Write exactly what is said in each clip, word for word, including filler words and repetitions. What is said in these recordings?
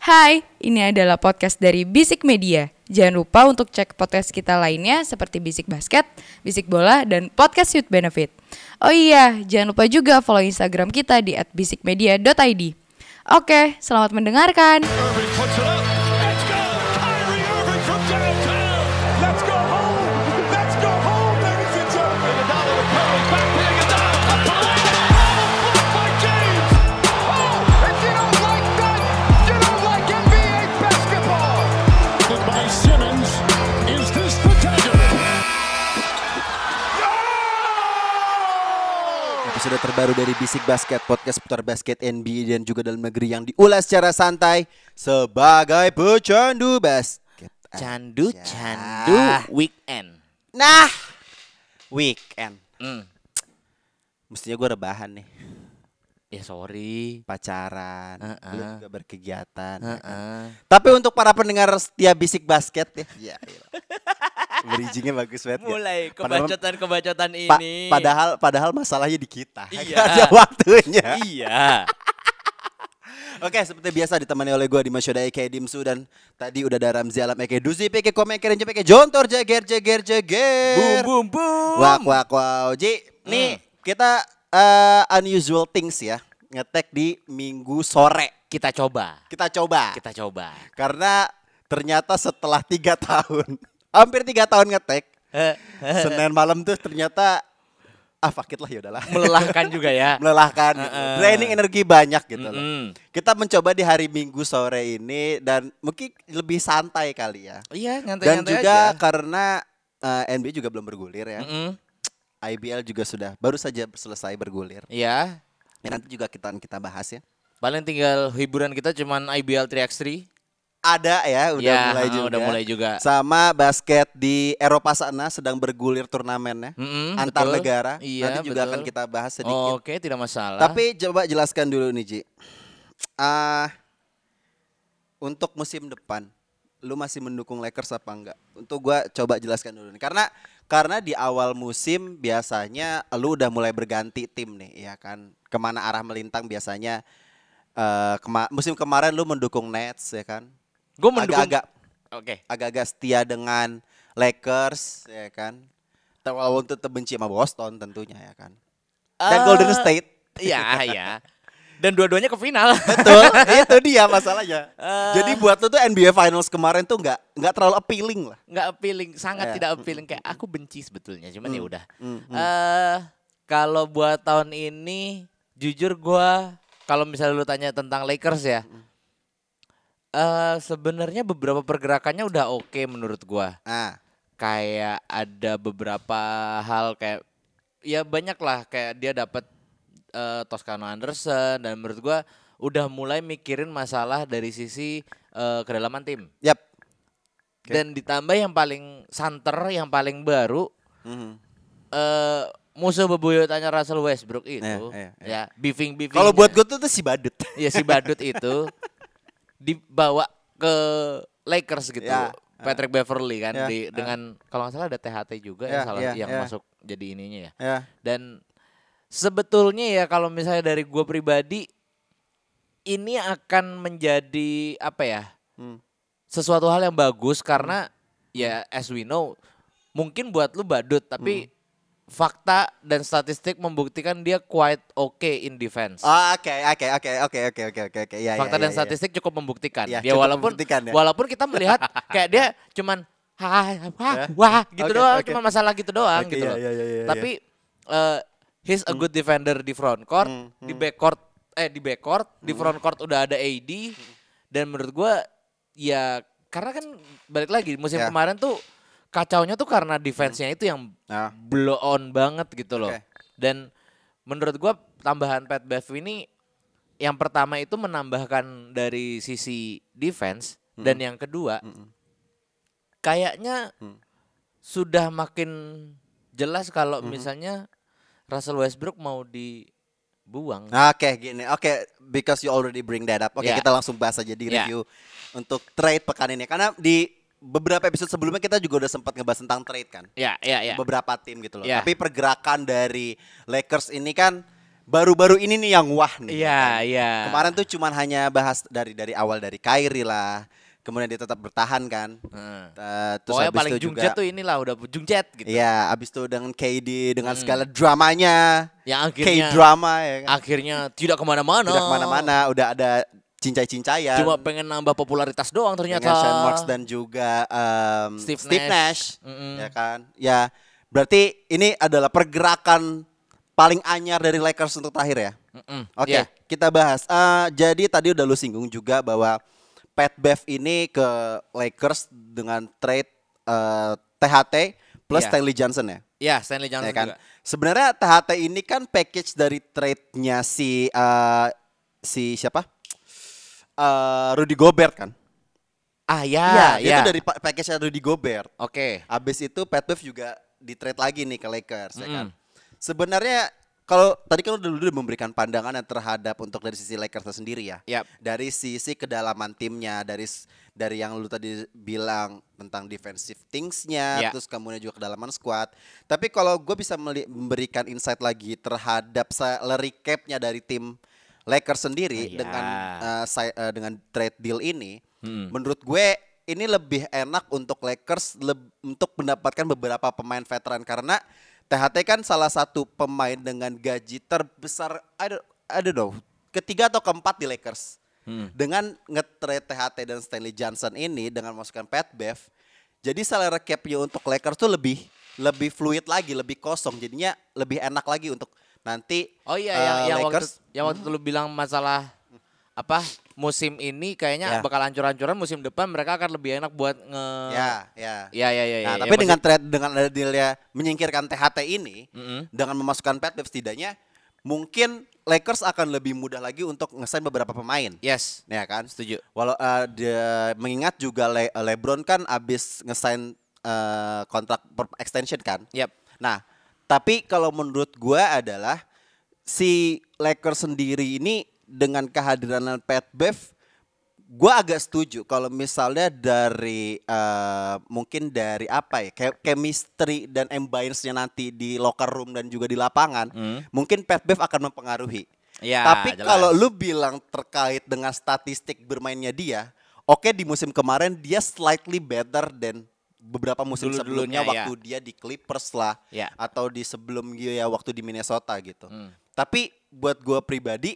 Hai, ini adalah podcast dari Bisik Media. Jangan lupa untuk cek podcast kita lainnya seperti Bisik Basket, Bisik Bola, dan Podcast Youth Benefit. Oh iya, jangan lupa juga follow Instagram kita di at bisikmedia dot i d. Oke, selamat mendengarkan. Episode terbaru dari Bisik Basket, podcast putar basket N B A dan juga dalam negeri yang diulas secara santai sebagai pecandu basket. Candu, aja. candu, weekend. Nah, weekend. Mm. Mestinya gue rebahan nih. Ya sorry. Pacaran, uh-uh. belum juga berkegiatan. Uh-uh. Ya kan? Tapi untuk para pendengar setia Bisik Basket ya, ya bridgingnya bagus banget. Mulai kebacotan-kebacotan ini. Pa- padahal padahal masalahnya di kita. Iya. Gak ada waktunya. Iya. Oke, seperti biasa ditemani oleh gue Dimas Yoda Eka Dimsu dan tadi udah ada Ramzi Alam Eka Duzi Peke Komen Keren Peke Jontor Jager Jager Jager. Boom boom boom. Wak wak wow. Ji, hmm. nih kita uh, unusual things ya. Ngetek di Minggu sore. Kita coba. Kita coba. Kita coba. Karena ternyata setelah tiga tahun, hampir tiga tahun ngetek, Senin malam tuh ternyata ah fuck it lah, yaudahlah. Melelahkan juga ya. Melelahkan gitu. Uh-uh. Draining energi banyak gitu loh. Mm-hmm. Kita mencoba di hari Minggu sore ini dan mungkin lebih santai kali ya. Iya, nyantai-nyantai dan juga aja. karena uh, N B A juga belum bergulir ya. Mm-hmm. I B L juga sudah baru saja selesai bergulir. Iya. Ya, nanti juga kita kita bahas ya. Paling tinggal hiburan kita cuman I B L tiga by tiga. Ada ya, udah ya, mulai juga. Udah mulai juga. Sama basket di Eropa sana sedang bergulir turnamennya Mm-mm, antar betul. negara. Iya, Nanti juga betul. akan kita bahas sedikit. Oh, oke, okay, tidak masalah. Tapi coba jelaskan dulu nih, Ji. Uh, untuk musim depan, lu masih mendukung Lakers apa enggak? Untuk gua coba jelaskan dulu nih. Karena karena di awal musim biasanya lu udah mulai berganti tim nih, ya kan? Kemana arah melintang biasanya uh, kema- musim kemarin lu mendukung Nets, ya kan? Gue mendukung agak-agak Oke. Okay. agak-agak setia dengan Lakers, ya kan? Tapi walaupun tetap benci sama Boston tentunya, ya kan? Dan Uh, Golden State. Iya, iya. Dan dua-duanya ke final. Betul, itu dia masalahnya. Uh, Jadi buat lu tuh N B A Finals kemarin tuh nggak nggak terlalu appealing lah. Nggak appealing, sangat Yeah. tidak appealing. Kayak aku benci sebetulnya, cuman Hmm. ya udah. Hmm, hmm. Uh, kalau buat tahun ini, jujur gue, kalau misalnya lu tanya tentang Lakers ya, uh, sebenarnya beberapa pergerakannya udah oke okay menurut gue. Ah, Kayak ada beberapa hal kayak, ya banyak lah kayak dia dapat uh, Toscano Anderson dan menurut gue udah mulai mikirin masalah dari sisi uh, kedalaman tim. yap. Okay. Dan ditambah yang paling santer, yang paling baru, Mhm. uh, musuh bebuyutannya Russell Westbrook itu, Iya, iya, iya. ya beefing-beefing. Kalau buat gue tuh tuh si badut. ya si badut itu dibawa ke Lakers gitu. Ya. Patrick Beverly kan Ya, di, ya. dengan kalau nggak salah ada T H T juga Ya, ya salah ya, yang ya. masuk jadi ininya ya. Ya. Dan sebetulnya ya kalau misalnya dari gue pribadi ini akan menjadi apa ya? Hmm. Sesuatu hal yang bagus karena ya as we know mungkin buat lu badut tapi Hmm. fakta dan statistik membuktikan dia quite okay in defense. Oh, oke, oke, oke, oke, oke, oke, oke, oke. Ya, Fakta ya, dan ya, statistik cukup membuktikan. Ya, Ya, cukup walaupun membuktikan ya. walaupun kita melihat kayak dia cuman ha, wah, Ya. wah gitu Oke, doang, oke. cuma masalah gitu doang Oke, gitu ya, loh. ya, ya, ya, Tapi uh, he's a good defender di front court, Hmm, di hmm. back court eh di back court, di front court udah ada A D dan menurut gua ya karena kan balik lagi musim Ya. kemarin tuh kacaunya tuh karena defense-nya itu yang Nah. blow on banget gitu loh. Oke. Dan menurut gua tambahan Pat Bev ini yang pertama itu menambahkan dari sisi defense Mm. dan yang kedua Mm-mm. kayaknya Mm. sudah makin jelas kalau Mhm. misalnya Russell Westbrook mau dibuang. Oke, gini. Oke, because you already bring that up. Oke, Ya. kita langsung bahas aja di Ya. review untuk trade pekan ini. Karena di beberapa episode sebelumnya kita juga udah sempat ngebahas tentang trade kan. Ya, ya, ya. Beberapa tim gitu loh. Ya. Tapi pergerakan dari Lakers ini kan baru-baru ini nih yang wah nih. Iya, kan. iya. Kemarin tuh cuman hanya bahas dari dari awal dari Kyrie lah. Kemudian dia tetap bertahan kan. Hmm. Uh, terus Pokoknya habis paling itu jungjet juga tuh inilah udah jungjet gitu. Iya, abis itu dengan K D dengan Hmm. segala dramanya. Yang akhirnya K-drama ya kan. akhirnya tidak kemana-mana. Tidak kemana-mana, udah ada cincai-cincayan. Cuma pengen nambah popularitas doang ternyata. Dengan Sean Marks dan juga um, Steve Steve, Nash. Nash, Mm-mm. ya kan? Ya, berarti ini adalah pergerakan paling anyar dari Lakers untuk terakhir ya. Mm-mm. Oke, Iya. kita bahas. Eh, jadi tadi udah lu singgung juga bahwa Pat Bev ini ke Lakers dengan trade eh, T H T plus Iya. Stanley Johnson ya. Iya, Stanley Johnson Ya kan? juga. Sebenarnya T H T ini kan package dari trade-nya si eh, si siapa? Eh, Rudy Gobert kan? Ah ya, Iya, dia ya. itu dari pa- package Rudy Gobert. Oke. Habis itu Pat Bev juga di trade lagi nih ke Lakers ya kan. Mm. Sebenarnya kalau tadi kan udah, udah memberikan pandangan yang terhadap untuk dari sisi Lakers sendiri ya. Yap. Dari sisi kedalaman timnya, dari s- dari yang lu tadi bilang tentang defensive things-nya, Ya. terus kemudian juga kedalaman squad. Tapi kalau gue bisa meli- memberikan insight lagi terhadap salary cap-nya dari tim Lakers sendiri Ah, ya. dengan uh, si- uh, dengan trade deal ini, Hmm. menurut gue ini lebih enak untuk Lakers leb- untuk mendapatkan beberapa pemain veteran karena T H T kan salah satu pemain dengan gaji terbesar I don't, I don't know, ketiga atau keempat di Lakers. Hmm. Dengan nge-trade T H T dan Stanley Johnson ini dengan memasukkan Pat Bev, jadi salary cap-nya untuk Lakers tuh lebih lebih fluid lagi, lebih kosong. Jadinya lebih enak lagi untuk nanti Oh iya, uh, yang yang waktu Lakers. yang waktu itu lu bilang masalah apa musim ini kayaknya Ya. bakal hancur-hancuran, musim depan mereka akan lebih enak buat nge Ya, ya. Ya ya ya. Nah, ya, tapi ya, dengan trade dengan ada dealnya menyingkirkan T H T ini, Mm-mm. dengan memasukkan Pat Bev setidaknya mungkin Lakers akan lebih mudah lagi untuk ngesign beberapa pemain. yes, Ya kan? setuju. Walau uh, dia mengingat juga Le- LeBron kan abis ngesign uh, kontrak per extension kan. Yap. Nah, tapi kalau menurut gua adalah si Lakers sendiri ini dengan kehadiran Pat Bev, gua agak setuju kalau misalnya dari uh, mungkin dari apa ya, kayak chemistry dan ambience-nya nanti di locker room dan juga di lapangan, Hmm. mungkin Pat Bev akan mempengaruhi. Ya, Tapi jelas. kalau lu bilang terkait dengan statistik bermainnya dia, oke di musim kemarin dia slightly better than beberapa musim Dulu-dulunya, sebelumnya ya. waktu dia di Clippers lah, Ya. atau di sebelum dia waktu di Minnesota gitu. Hmm. Tapi buat gua pribadi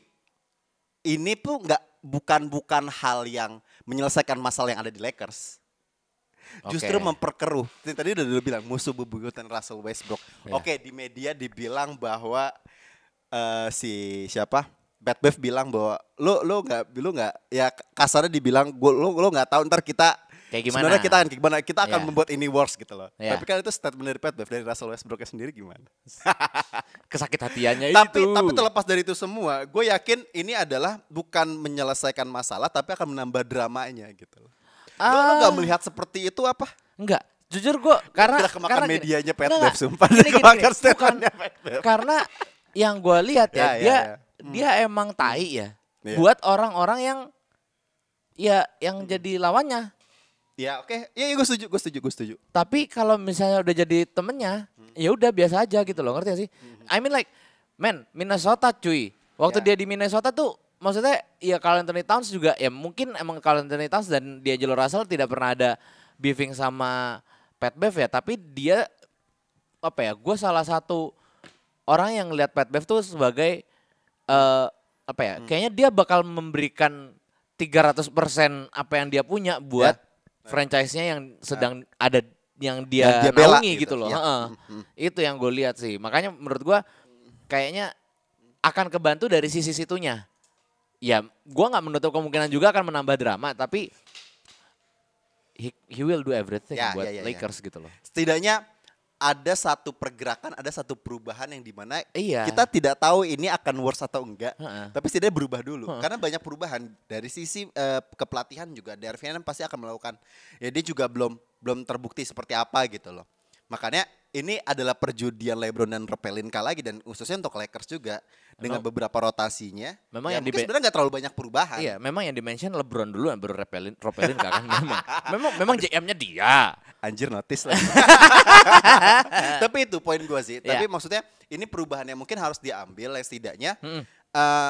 ini tuh nggak bukan bukan hal yang menyelesaikan masalah yang ada di Lakers. Justru Oke. memperkeruh. Tadi udah dulu bilang musuh bebuyutan Russell Westbrook. Ya. Oke, di media dibilang bahwa eh, si siapa? Pat Bev bilang bahwa lu lu nggak lu nggak ya kasarnya dibilang gua lu lu nggak tahu ntar kita Kayak gimana? sebenarnya kita akan kayak gimana kita akan Ya. membuat ini worse gitu loh. Ya. Tapi kan itu statement dari Pat Bev, dari Russell Westbrooknya sendiri gimana? Kesakit hatiannya tapi itu. tapi terlepas dari itu semua, gue yakin ini adalah bukan menyelesaikan masalah tapi akan menambah dramanya gitu loh. Lu lu Ah. nggak melihat seperti itu apa? Enggak, jujur gua karena Udah kemakan karena gini. medianya Pat Enggak, Bev, enggak. sumpah. Gini, gini, Kemakan gini. statementnya Bukan. Pat Bev. Karena yang gua lihat ya, Ya, ya, dia ya. dia emang tai ya. Iya. Buat orang-orang yang ya yang jadi lawannya. Ya oke, ya, ya gue setuju, gue setuju, gue setuju. Tapi kalau misalnya udah jadi temennya, ya udah biasa aja gitu loh, ngerti gak sih? I mean like, man, Minnesota cuy. Waktu Ya. dia di Minnesota tuh, maksudnya ya Karl Anthony Towns juga, ya mungkin emang Karl Anthony Towns dan D'Angelo Russell tidak pernah ada beefing sama Pat Bev ya. Tapi dia, apa ya, gue salah satu orang yang lihat Pat Bev tuh sebagai, eh apa ya, kayaknya dia bakal memberikan tiga ratus persen apa yang dia punya buat franchise-nya yang sedang ada yang dia, Yang dia bela naungi gitu, gitu loh. iya. Heeh. Itu yang gue lihat sih. Makanya menurut gue kayaknya akan kebantu dari sisi situnya. Ya, gue nggak menutup kemungkinan juga akan menambah drama, tapi he, he will do everything Ya, buat ya, ya, ya. Lakers gitu loh. Setidaknya ada satu pergerakan, ada satu perubahan yang dimana Iya. kita tidak tahu ini akan worse atau enggak, Heeh. tapi setidaknya berubah dulu. Heeh. Karena banyak perubahan dari sisi eh, kepelatihan juga. Darvin pasti akan melakukan. Ya dia juga belum belum terbukti seperti apa gitu loh. Makanya ini adalah perjudian LeBron dan Pelinka lagi dan khususnya untuk Lakers juga dengan Memang- beberapa rotasinya. memang ya yang mungkin dibe- sebenarnya nggak terlalu banyak perubahan. Iya, memang yang dimention LeBron dulu yang baru repelin, Ropelin kan memang. Memang memang J M-nya dia. Anjir notice lagi. Tapi itu poin gue sih. Tapi Ya. maksudnya ini perubahan yang mungkin harus diambil yang setidaknya Mm-mm. eh,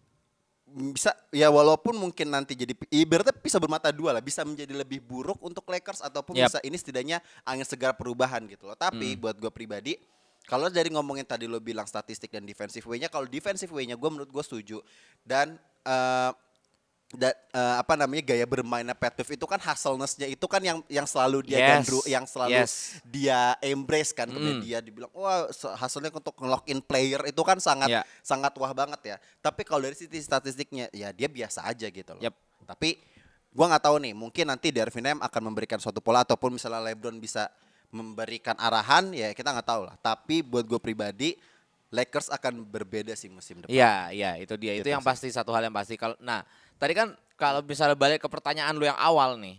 bisa ya walaupun mungkin nanti jadi ibaratnya bisa bermata dua lah, bisa menjadi lebih buruk untuk Lakers ataupun Yap. bisa ini setidaknya angin segar perubahan gitu loh. Tapi buat gue pribadi kalau dari ngomongin tadi lo bilang statistik dan defensive way-nya, kalau defensive way-nya gue menurut gue setuju dan eh, da, eh, apa namanya gaya bermainnya Pat Bev itu kan hustleness-nya itu kan yang yang selalu dia Yes. gandru, yang selalu Yes. dia embrace kan ke Mm. media, dibilang wah se- hasilnya untuk nge-lock in player itu kan sangat Ya. sangat wah banget ya. Tapi kalau dari sisi statistiknya ya dia biasa aja gitu loh. Yap. Tapi gua nggak tahu nih, mungkin nanti Darvin Ham akan memberikan suatu pola ataupun misalnya LeBron bisa memberikan arahan ya kita nggak tahu lah. Tapi buat gue pribadi Lakers akan berbeda sih musim depan. Iya, iya, itu dia. Itu Gitu yang sih. pasti, satu hal yang pasti. Kalau nah, tadi kan kalau misalnya balik ke pertanyaan lu yang awal nih.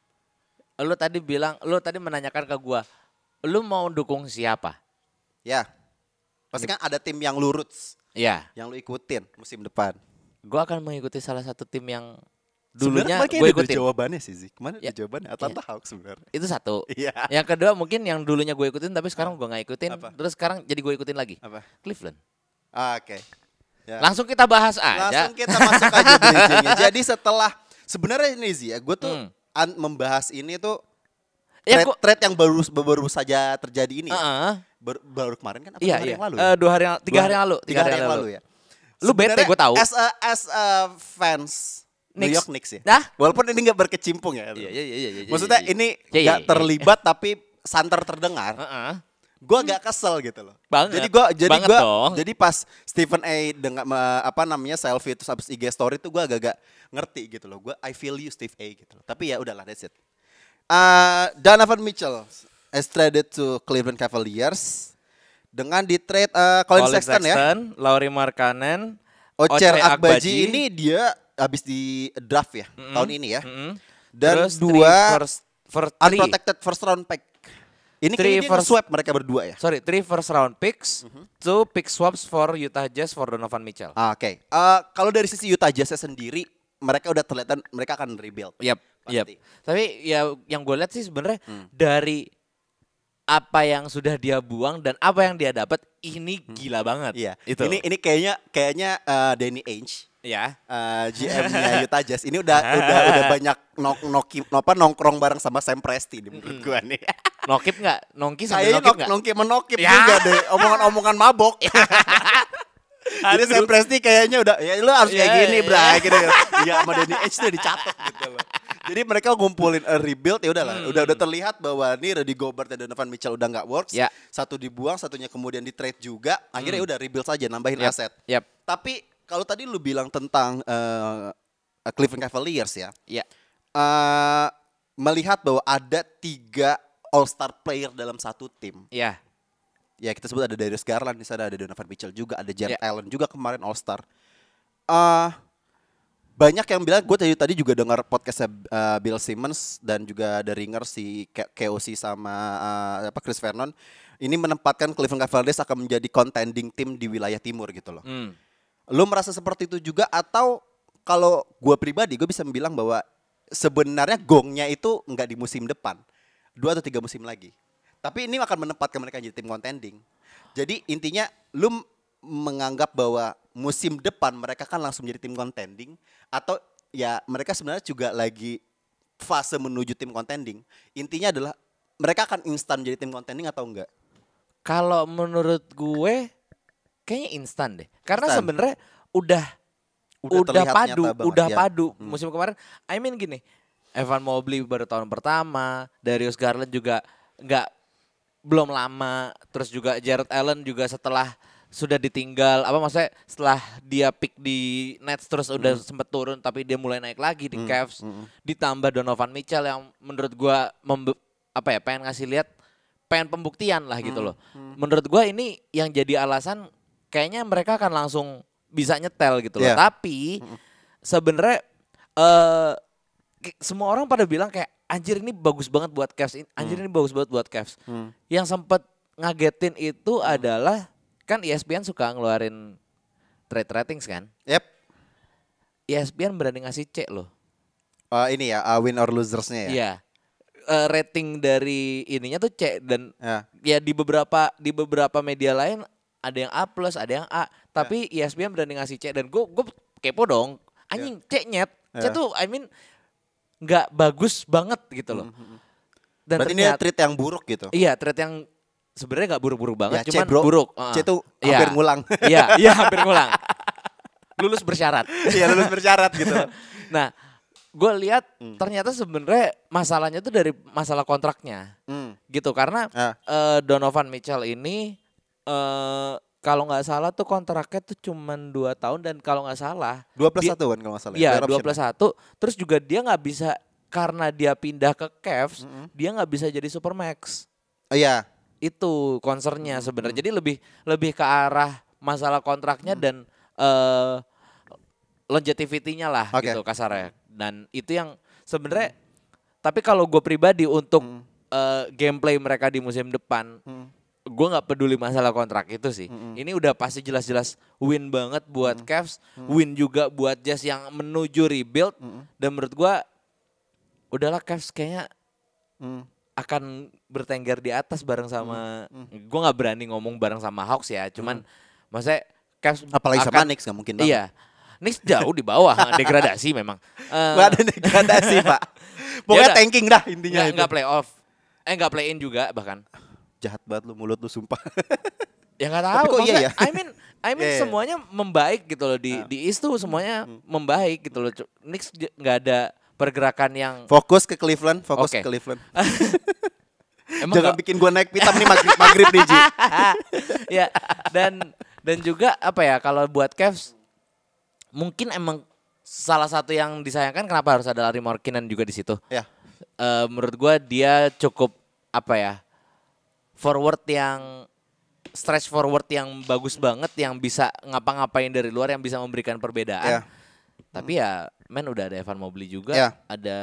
Lu tadi bilang, lu tadi menanyakan ke gua, lu mau dukung siapa? Ya. Pasti kan ada tim yang lu roots, Iya, yang lu ikutin musim depan. gua akan mengikuti salah satu tim yang Sebenarnya dulunya kemarin gue kayak ada ikutin. jawabannya sih, Zik. Kemana Ya. ada jawabannya? Atlanta Hawks sebenarnya. Itu satu. Iya. Yang kedua mungkin yang dulunya gue ikutin tapi sekarang gue nggak ikutin. Apa? Terus sekarang jadi gue ikutin lagi. Apa? Cleveland. Ah, Oke. Ya. Langsung kita bahas aja. Langsung kita masuk aja bridging-nya. Jadi setelah sebenarnya ini sih ya, gue tuh Hmm. an- membahas ini tuh Ya, trade, gua- trade yang baru baru saja terjadi ini. Ya. Heeh. Baru, baru kemarin kan? Apa Iya, dua hari iya. yang lalu? Eh, ya? dua hari yang, tiga Dua- hari yang lalu. Tiga hari yang lalu ya. Lu bete, Sebenarnya gue tahu. As a, as a fans New Knicks. York Knicks ya. Nah? Walaupun ini nggak berkecimpung ya. Iya, iya, iya, iya, iya, Maksudnya iya, iya. ini Iya, iya, nggak iya. terlibat tapi santer terdengar. Heeh. Gue agak kesel gitu loh. Banget. Jadi gue jadi Banget gua, dong. jadi pas Stephen A dengan me- apa namanya selfie itu habis I G story itu gue agak-agak ngerti gitu loh. Gue I feel you Steve A gitu loh. Tapi ya udahlah that's it. Uh, Donovan Mitchell is traded to Cleveland Cavaliers dengan di trade uh, Colin, Colin Sexton, ya. Laurie Markkanen, Ocher Ochai Agbaji ini dia habis di draft ya Mm-mm. tahun ini ya. Mm-mm. Dan Terus three dua first, first, three, unprotected first round pick. Ini Three kayaknya dia first- nge-swap mereka berdua ya. sorry, three first round picks, Mhm. two pick swaps for Utah Jazz for Donovan Mitchell. Ah, Oke, Eh, kalau dari sisi Utah Jazz sendiri, mereka udah terlihat mereka akan rebuild. Yap, yap. Pasti. Tapi ya yang gue lihat sih sebenarnya Hmm. dari apa yang sudah dia buang dan apa yang dia dapat ini gila banget. Iya, Itu. ini ini kayaknya kayaknya eh, Danny Ainge, ya. eh, G M-nya Utah Jazz, ini udah udah udah banyak nok noki apa nongkrong bareng sama Sam Presti di menurut gua nih. Nokip nggak? Nongki sambil Kayaknya nokip nok nggak? nongki menokip Ya. juga deh, omongan-omongan mabok. Jadi Sam Presti kayaknya udah ya lu harus kayak Iya, gini, iya. Bray, gitu. Iya, sama Danny Ainge tuh dicatat gitu loh. Jadi mereka ngumpulin a rebuild ya udahlah, Hmm. udah udah terlihat bahwa nih Rudy Gobert dan Donovan Mitchell udah nggak works. Ya. Satu dibuang, satunya kemudian di trade juga. Akhirnya udah rebuild saja, nambahin Yap, aset. Yap. Tapi kalau tadi lu bilang tentang eh, Cleveland Cavaliers ya, Ya. eh, melihat bahwa ada tiga All Star player dalam satu tim. Ya. Ya kita sebut ada Darius Garland di sana, ada Donovan Mitchell juga, ada Jarrett Ya. Allen juga kemarin All Star. Eh, banyak yang bilang, gue tadi tadi juga dengar podcastnya eh, Bill Simmons dan juga ada Ringer si K- KOC sama eh, apa Chris Vernon. Ini menempatkan Cleveland Cavaliers akan menjadi contending tim di wilayah timur gitu loh. Hmm. Lu merasa seperti itu juga atau kalau gue pribadi gue bisa bilang bahwa sebenarnya gongnya itu nggak di musim depan, dua atau tiga musim lagi. Tapi ini akan menempatkan mereka jadi tim contending. Jadi intinya lu m- menganggap bahwa musim depan mereka kan langsung jadi tim contending atau ya mereka sebenarnya juga lagi fase menuju tim contending. Intinya adalah mereka akan instan jadi tim contending atau enggak? Kalau menurut gue kayaknya instan deh. Karena Instan. sebenarnya udah Udah udah, terlihat padu, nyata banget, udah ya. padu Hmm. musim kemarin. I mean gini, Evan Mobley baru tahun pertama, Darius Garland juga nggak belum lama, terus juga Jarrett Allen juga setelah sudah ditinggal, apa maksudnya setelah dia pick di Nets terus udah sempet turun tapi dia mulai naik lagi di Hmm, Cavs, hmm. ditambah Donovan Mitchell yang menurut gua membe- apa ya pengen ngasih lihat, pengen pembuktian lah gitu loh. Menurut gua ini yang jadi alasan kayaknya mereka akan langsung bisa nyetel gitu loh. Iya. Tapi sebenarnya eh ki- semua orang pada bilang kayak anjir ini bagus banget buat Cavs, in- anjir ini bagus banget buat Cavs. Hmm. Yang sempat ngagetin itu adalah kan E S P N suka ngeluarin trade ratings kan. Yep. E S P N berani ngasih C loh. Uh, ini ya uh, win or losers-nya ya. Iya. uh, rating dari ininya tuh C dan Ya. ya di beberapa di beberapa media lain ada yang A plus, ada yang A, tapi E S P N berani ngasih C dan gue gue kepo dong. Anjing C nyet. C Ya. tuh I mean nggak bagus banget gitu loh. Dan Berarti ini ternyata treat yang buruk gitu. iya, treat yang sebenarnya nggak buruk-buruk banget, Ya, C, cuman bro. buruk. C tuh Iya. hampir ngulang. Iya, iya hampir ngulang. Lulus bersyarat. Iya lulus bersyarat gitu. Nah, gue lihat ternyata sebenarnya masalahnya tuh dari masalah kontraknya, Hmm. gitu karena Ah. eh, Donovan Mitchell ini eh, kalau nggak salah tuh kontraknya tuh cuman dua tahun dan kalau nggak salah Dua plus dia- satu kan kalau nggak salah. Iya, Player dua option. plus satu. Terus juga dia nggak bisa karena dia pindah ke Cavs, dia nggak bisa jadi supermax. Oh iya. Itu concernnya sebenarnya. Jadi lebih lebih ke arah masalah kontraknya dan eh longevity-nya lah Oke. gitu kasarnya. Dan itu yang sebenarnya tapi kalau gue pribadi untuk eh, gameplay mereka di musim depan, gue nggak peduli masalah kontrak itu sih. Ini udah pasti jelas-jelas win banget buat Cavs, win juga buat Jazz yang menuju rebuild. Dan menurut gue udahlah Cavs kayaknya Hmm. akan bertengger di atas bareng sama gue nggak berani ngomong bareng sama Hawks ya, cuman maksudnya Cavs Apalagi sama akan- Knicks nggak mungkin banget. iya, Knicks jauh di bawah degradasi memang. Eh, Gak ada degradasi pak. Pokoknya udah. tanking dah intinya nggak itu. nggak playoff, eh nggak play in juga bahkan. Jahat banget lu mulut lu sumpah. Ya nggak Tapi tahu. kok iya maksudnya, ya? I mean, I mean Iya, iya. semuanya membaik gitu loh di di East tuh semuanya membaik gitu loh. Knicks j- nggak ada pergerakan yang Fokus ke Cleveland, fokus Oke. ke Cleveland. emang Jangan nggak- bikin gua naik pitam nih maghrib maghrib nih Ji. ya dan dan juga apa ya kalau buat Cavs mungkin emang salah satu yang disayangkan kenapa harus ada Larry Markkinen juga di situ. Ya. Eh, menurut gua dia cukup apa ya forward yang stretch forward yang bagus banget yang bisa ngapa-ngapain dari luar yang bisa memberikan perbedaan. Ya. Tapi ya men udah ada Evan Mobley juga, Ya. ada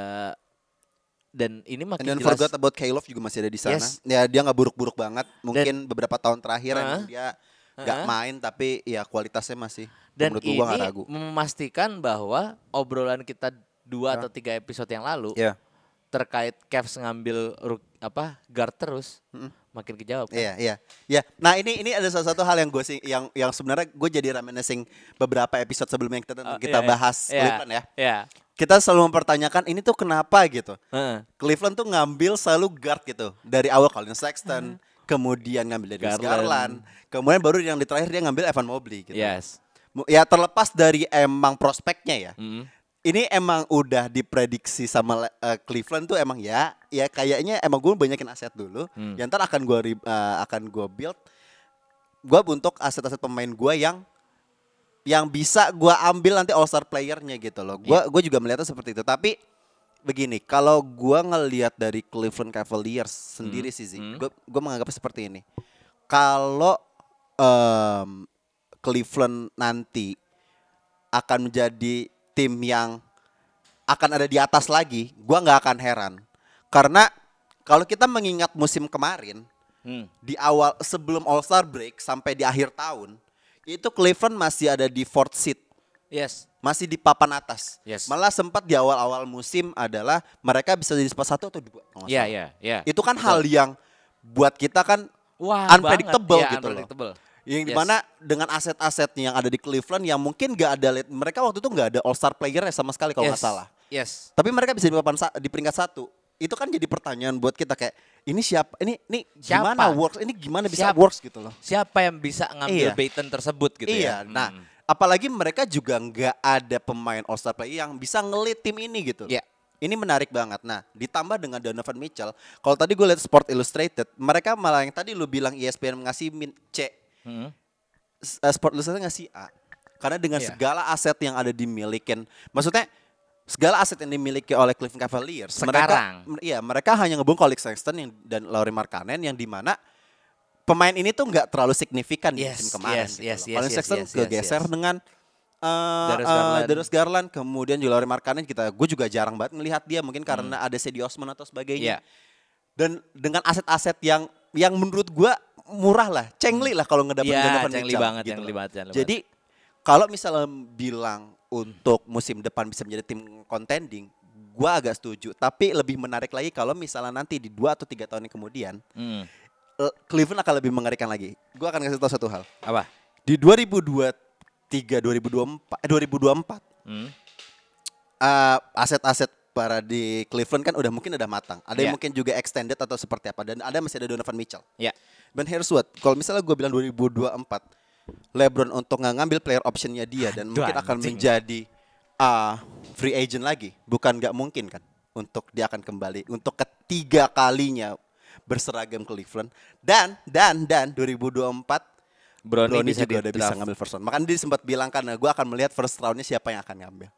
dan ini And makin then jelas. forgot about K-Love juga masih ada di sana. Yes. Ya dia nggak buruk-buruk banget. Mungkin beberapa tahun terakhir Heeh. emang dia nggak Heeh. main tapi ya kualitasnya masih. Dan menurut ini gua nggak ragu. memastikan bahwa obrolan kita dua atau tiga episode yang lalu Ya. terkait Cavs ngambil ru- apa guard terus makin kejawab kan? Iya, iya. Ya. Nah, ini ini ada salah satu hal yang gue sih yang yang sebenarnya gue jadi reminiscing beberapa episode sebelumnya kita Oh, kita iya, bahas iya. Cleveland ya. Iya. Kita selalu mempertanyakan ini tuh kenapa gitu. Heeh. Cleveland tuh ngambil selalu guard gitu. Dari awal Colin Sexton, kemudian ngambil dari Garland. Garland, kemudian baru yang di terakhir dia ngambil Evan Mobley gitu. Yes. Mu- Ya terlepas dari emang prospeknya ya. Mm. Ini emang udah diprediksi sama eh, Cleveland tuh emang ya, ya kayaknya emang gue banyakin aset dulu. Hmm. Ya ntar akan gue akan gue build, gue untuk aset-aset pemain gue yang yang bisa gue ambil nanti all star playernya gitu loh. Gue gue juga melihatnya seperti itu. Tapi begini, kalau gue ngelihat dari Cleveland Cavaliers sendiri sih, Zi, gue gue menganggapnya seperti ini. Kalau em, Cleveland nanti akan menjadi tim yang akan ada di atas lagi, gua nggak akan heran. Karena kalau kita mengingat musim kemarin, Hmm. di awal sebelum All Star break sampai di akhir tahun, itu Cleveland masih ada di fourth seat, Yes. masih di papan atas. Yes. Malah sempat di awal-awal musim adalah mereka bisa jadi spot satu atau dua. kalau nggak Iya, salah. iya, iya. Itu kan hal yang buat kita kan Wah, unpredictable banget. Iya, gitu loh. unpredictable. Yang Yes. dimana dengan aset-asetnya yang ada di Cleveland yang mungkin gak ada, mereka waktu itu nggak ada All Star player sama sekali kalau nggak Yes. salah. Yes. Tapi mereka bisa di papan sa- di peringkat satu. Itu kan jadi pertanyaan buat kita kayak ini siapa? Ini ini gimana Siapa? works? Ini gimana bisa Siapa? works gitu loh? Siapa yang bisa ngambil Iya. Baton tersebut gitu ya? Iya. Nah, Hmm. apalagi mereka juga nggak ada pemain All Star player yang bisa ngelit tim ini gitu. Iya. Ini menarik banget. Nah, ditambah dengan Donovan Mitchell. Kalau tadi gue lihat Sport Illustrated, mereka malah yang tadi lu bilang E S P N ngasih min C, Hmm. S- uh, Sport Illustrated ngasih A. Karena dengan Iya. segala aset yang ada dimilikin, maksudnya segala aset yang dimiliki oleh Cleveland Cavaliers, Sekarang. mereka, iya mereka hanya ngebung Colin Sexton yang, dan Lauri Markkanen yang dimana pemain ini tuh nggak terlalu signifikan di Yes, musim kemarin. yes, gitu yes, loh. yes, Colin yes, Sexton yes, yes, kegeser yes. dengan uh, Darius uh, Garland. Darius Garland, kemudian juga Lauri Markkanen kita, gue juga jarang banget melihat dia mungkin karena ada Cedi Osman atau sebagainya. Hmm. Iya. Dan dengan aset-aset yang yang menurut gua murah lah, cengli lah kalau ngedapetin Iya, Donovan cengli Mitchell banget, gitu cengli loh. banget, cengli Jadi kalau misalnya bilang untuk musim depan bisa menjadi tim contending, gua agak setuju. Tapi lebih menarik lagi kalau misalnya nanti di dua atau tiga tahun yang kemudian, Hmm. eh, Cleveland akan lebih mengerikan lagi. Gua akan kasih tahu satu hal. Apa? Di dua ribu dua puluh tiga, dua ribu dua puluh empat, eh, dua ribu dua puluh empat, Hmm. eh, aset-aset para di Cleveland kan udah mungkin udah matang. Ada yang Yeah. mungkin juga extended atau seperti apa. Dan ada masih ada Donovan Mitchell. Ya. Dan here's what, kalau misalnya gue bilang dua ribu dua puluh empat, LeBron untuk nggak ngambil player optionnya dia dan Aduh, mungkin akan anjing. menjadi uh, free agent lagi, bukan nggak mungkin kan untuk dia akan kembali untuk ketiga kalinya berseragam Cleveland dan dan dan dua ribu dua puluh empat Brownie, Brownie bisa juga udah bisa di-draft. ngambil first round. Makanya dia sempat bilang kan, gue akan melihat first roundnya siapa yang akan ngambil.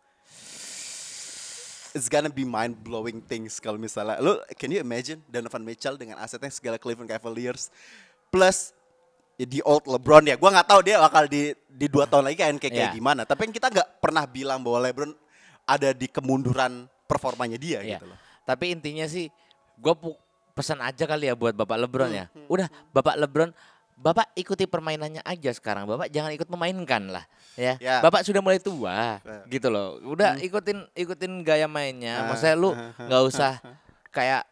It's gonna be mind blowing things kalau misalnya lu, can you imagine Donovan Mitchell dengan asetnya segala Cleveland Cavaliers plus ya, di old LeBron ya. Gua nggak tahu dia bakal di di dua tahun lagi kayak kayak Yeah. gimana. Tapi kan kita nggak pernah bilang bahwa LeBron ada di kemunduran performanya dia Iya. gitu loh. Tapi intinya sih gue pesan aja kali ya buat Bapak LeBron ya. Hmm, Udah Bapak LeBron, Bapak ikuti permainannya aja sekarang. Bapak jangan ikut memainkan lah ya. Ya. Bapak sudah mulai tua Ya. gitu loh. Udah ikutin ikutin gaya mainnya. Ah, Maksudnya lu ah, ah, nggak usah kayak